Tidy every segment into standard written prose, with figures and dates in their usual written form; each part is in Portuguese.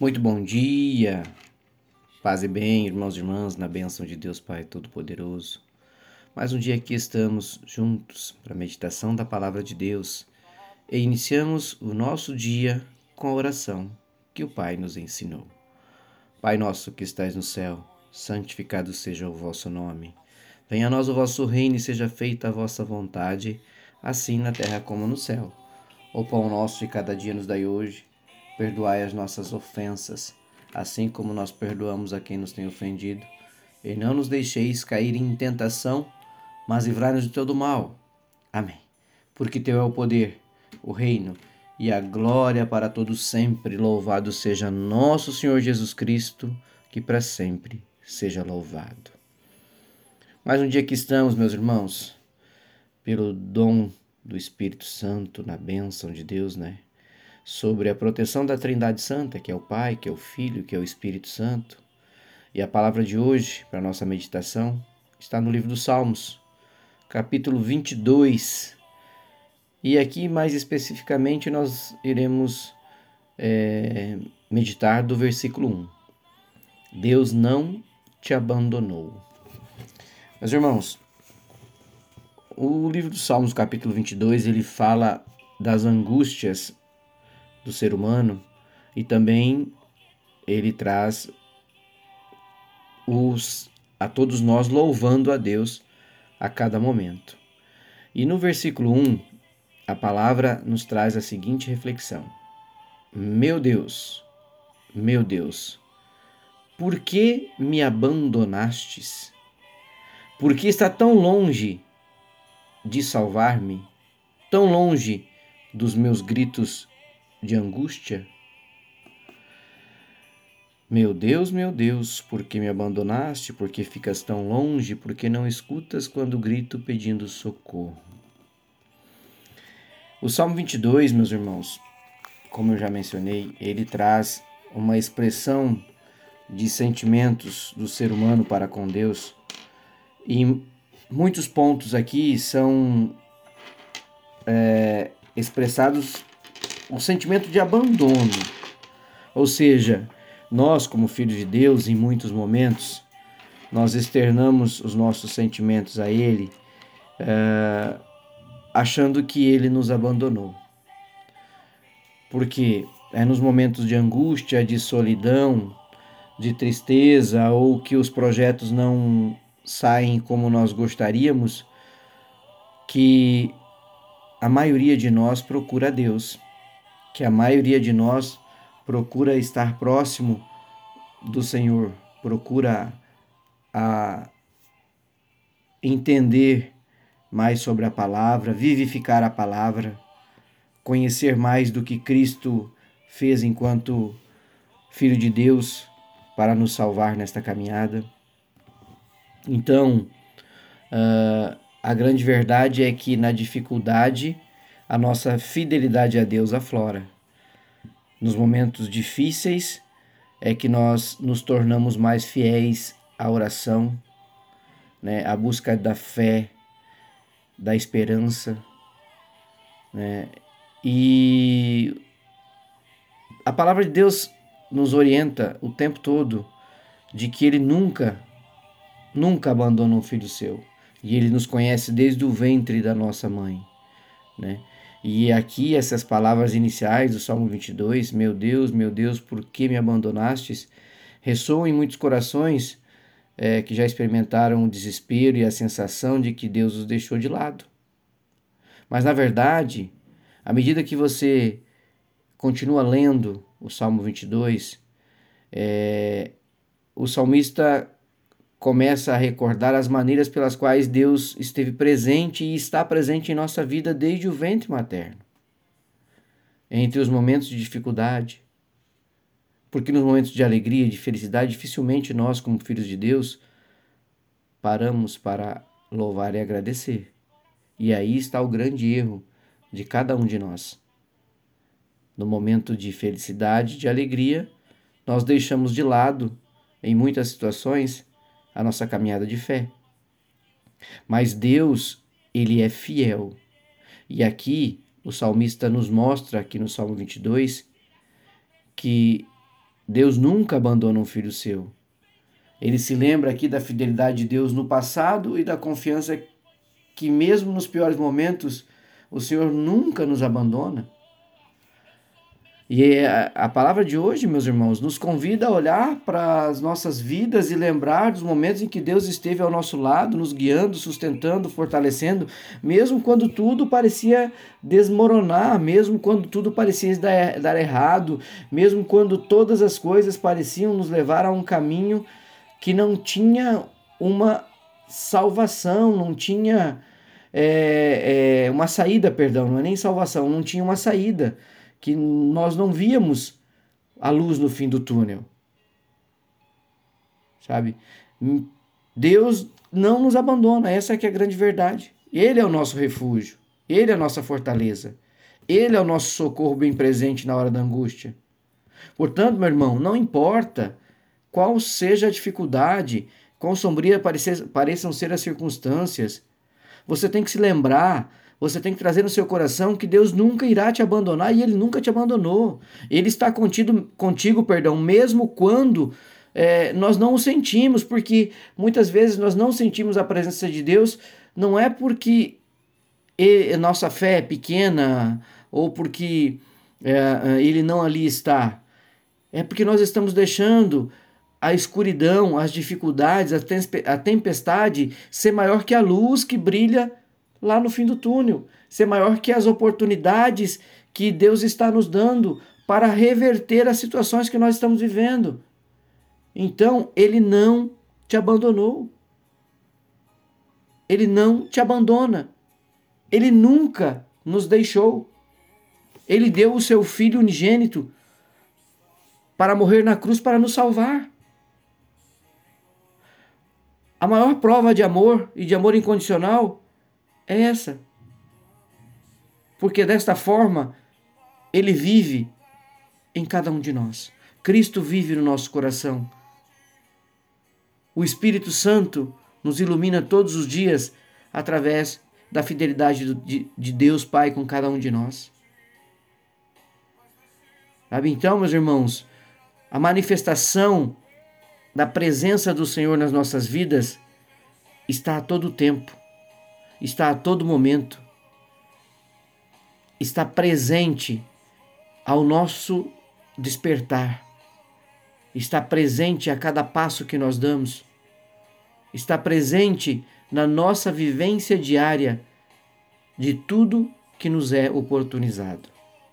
Muito bom dia, paz e bem, irmãos e irmãs, na bênção de Deus Pai Todo-Poderoso. Mais um dia aqui estamos juntos para a meditação da Palavra de Deus e iniciamos o nosso dia com a oração que o Pai nos ensinou. Pai nosso que estais no céu, santificado seja o vosso nome. Venha a nós o vosso reino e seja feita a vossa vontade, assim na terra como no céu. O pão nosso de cada dia nos dai hoje. Perdoai as nossas ofensas, assim como nós perdoamos a quem nos tem ofendido. E não nos deixeis cair em tentação, mas livrai-nos de todo mal. Amém. Porque teu é o poder, o reino e a glória para todos sempre. Louvado seja nosso Senhor Jesus Cristo, que para sempre seja louvado. Mais um dia que estamos, meus irmãos, pelo dom do Espírito Santo, na bênção de Deus, sobre a proteção da Trindade Santa, que é o Pai, que é o Filho, que é o Espírito Santo. E a palavra de hoje, para a nossa meditação, está no livro dos Salmos, capítulo 22. E aqui, mais especificamente, nós iremos meditar do versículo 1. Deus não te abandonou. Meus irmãos, o livro dos Salmos, capítulo 22, ele fala das angústias do ser humano e também ele traz a todos nós louvando a Deus a cada momento. E no versículo 1, a palavra nos traz a seguinte reflexão: meu Deus, por que me abandonastes? Por que está tão longe de salvar-me, tão longe dos meus gritos de angústia? Meu Deus, por que me abandonaste? Por que ficas tão longe? Por que não escutas quando grito pedindo socorro? O Salmo 22, meus irmãos, como eu já mencionei, ele traz uma expressão de sentimentos do ser humano para com Deus. E muitos pontos aqui são expressados o sentimento de abandono. Ou seja, nós, como filhos de Deus, em muitos momentos, nós externamos os nossos sentimentos a Ele, achando que Ele nos abandonou. Porque é nos momentos de angústia, de solidão, de tristeza, ou que os projetos não saem como nós gostaríamos, que a maioria de nós procura Deus, que a maioria de nós procura estar próximo do Senhor, procura entender mais sobre a palavra, vivificar a palavra, conhecer mais do que Cristo fez enquanto Filho de Deus para nos salvar nesta caminhada. Então, a grande verdade é que na dificuldade a nossa fidelidade a Deus aflora. Nos momentos difíceis é que nós nos tornamos mais fiéis à oração, à busca da fé, da esperança, E a palavra de Deus nos orienta o tempo todo de que Ele nunca abandona um filho seu. E Ele nos conhece desde o ventre da nossa mãe, E aqui essas palavras iniciais do Salmo 22, meu Deus, por que me abandonastes? Ressoam em muitos corações que já experimentaram o desespero e a sensação de que Deus os deixou de lado. Mas na verdade, à medida que você continua lendo o Salmo 22, o salmista começa a recordar as maneiras pelas quais Deus esteve presente e está presente em nossa vida desde o ventre materno. Entre os momentos de dificuldade, porque nos momentos de alegria e de felicidade, dificilmente nós, como filhos de Deus, paramos para louvar e agradecer. E aí está o grande erro de cada um de nós. No momento de felicidade, de alegria, nós deixamos de lado, em muitas situações, a nossa caminhada de fé. Mas Deus, Ele é fiel. E aqui, o salmista nos mostra, aqui no Salmo 22, que Deus nunca abandona um filho seu. Ele se lembra aqui da fidelidade de Deus no passado e da confiança que mesmo nos piores momentos, o Senhor nunca nos abandona. E a palavra de hoje, meus irmãos, nos convida a olhar para as nossas vidas e lembrar dos momentos em que Deus esteve ao nosso lado, nos guiando, sustentando, fortalecendo, mesmo quando tudo parecia desmoronar, mesmo quando tudo parecia dar errado, mesmo quando todas as coisas pareciam nos levar a um caminho que não tinha uma salvação, não tinha uma saída, perdão, não é nem salvação, não tinha uma saída, que nós não víamos a luz no fim do túnel, sabe? Deus não nos abandona, essa que é a grande verdade. Ele é o nosso refúgio, Ele é a nossa fortaleza, Ele é o nosso socorro bem presente na hora da angústia. Portanto, meu irmão, não importa qual seja a dificuldade, quão sombria pareçam ser as circunstâncias, você tem que se lembrar, você tem que trazer no seu coração que Deus nunca irá te abandonar e Ele nunca te abandonou. Ele está contigo, mesmo quando nós não o sentimos, porque muitas vezes nós não sentimos a presença de Deus, não é porque nossa fé é pequena ou porque Ele não ali está. É porque nós estamos deixando a escuridão, as dificuldades, a tempestade ser maior que a luz que brilha lá no fim do túnel, ser maior que as oportunidades que Deus está nos dando para reverter as situações que nós estamos vivendo. Então, Ele não te abandonou. Ele não te abandona. Ele nunca nos deixou. Ele deu o seu Filho unigênito para morrer na cruz para nos salvar. A maior prova de amor e de amor incondicional é essa. Porque desta forma, Ele vive em cada um de nós. Cristo vive no nosso coração. O Espírito Santo nos ilumina todos os dias através da fidelidade de Deus Pai com cada um de nós. Sabe? Então, meus irmãos, a manifestação da presença do Senhor nas nossas vidas está a todo tempo, está a todo momento, está presente ao nosso despertar, está presente a cada passo que nós damos, está presente na nossa vivência diária de tudo que nos é oportunizado.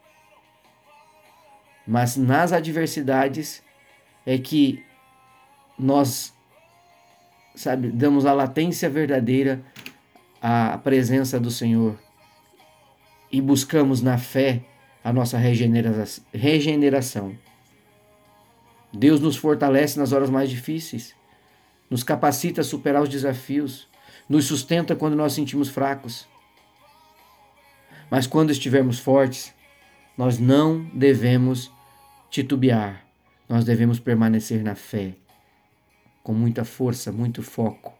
Mas nas adversidades é que nós, damos a latência verdadeira à presença do Senhor e buscamos na fé a nossa regeneração. Deus nos fortalece nas horas mais difíceis, nos capacita a superar os desafios, nos sustenta quando nós sentimos fracos. Mas quando estivermos fortes, nós não devemos titubear, nós devemos permanecer na fé, com muita força, muito foco,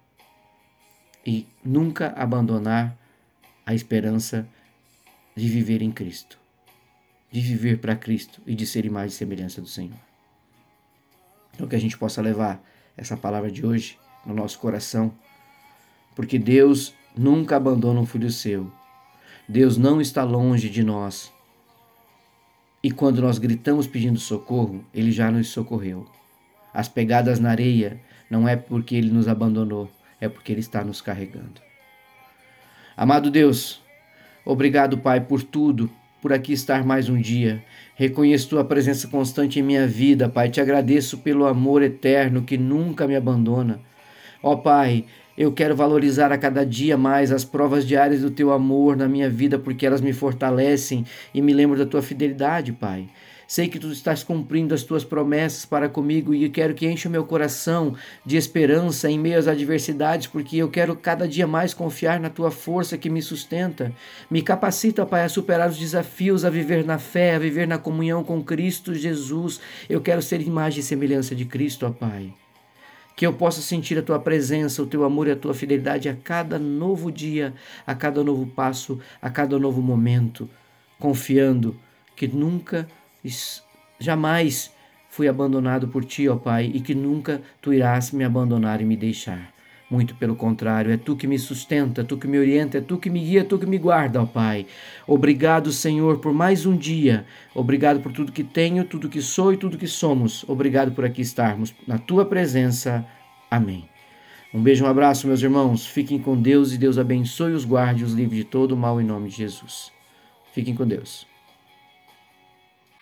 e nunca abandonar a esperança de viver em Cristo, de viver para Cristo e de ser imagem e semelhança do Senhor. Então que a gente possa levar essa palavra de hoje no nosso coração, porque Deus nunca abandona um filho seu. Deus não está longe de nós. E quando nós gritamos pedindo socorro, Ele já nos socorreu. As pegadas na areia não é porque Ele nos abandonou, é porque Ele está nos carregando. Amado Deus, obrigado, Pai, por tudo, por aqui estar mais um dia. Reconheço Tua presença constante em minha vida, Pai. Te agradeço pelo amor eterno que nunca me abandona. Ó Pai, eu quero valorizar a cada dia mais as provas diárias do Teu amor na minha vida, porque elas me fortalecem e me lembram da Tua fidelidade, Pai. Sei que Tu estás cumprindo as Tuas promessas para comigo e eu quero que enche o meu coração de esperança em meio às adversidades, porque eu quero cada dia mais confiar na Tua força que me sustenta. Me capacita, Pai, a superar os desafios, a viver na fé, a viver na comunhão com Cristo Jesus. Eu quero ser imagem e semelhança de Cristo, ó Pai. Que eu possa sentir a Tua presença, o Teu amor e a Tua fidelidade a cada novo dia, a cada novo passo, a cada novo momento, confiando que nunca, jamais fui abandonado por Ti, ó Pai, e que nunca Tu irás me abandonar e me deixar. Muito pelo contrário, é Tu que me sustenta, Tu que me orienta, é Tu que me guia, Tu que me guarda, ó Pai. Obrigado, Senhor, por mais um dia. Obrigado por tudo que tenho, tudo que sou e tudo que somos. Obrigado por aqui estarmos na Tua presença. Amém. Um beijo, um abraço, meus irmãos. Fiquem com Deus e Deus abençoe, os guarde e os livre de todo o mal em nome de Jesus. Fiquem com Deus.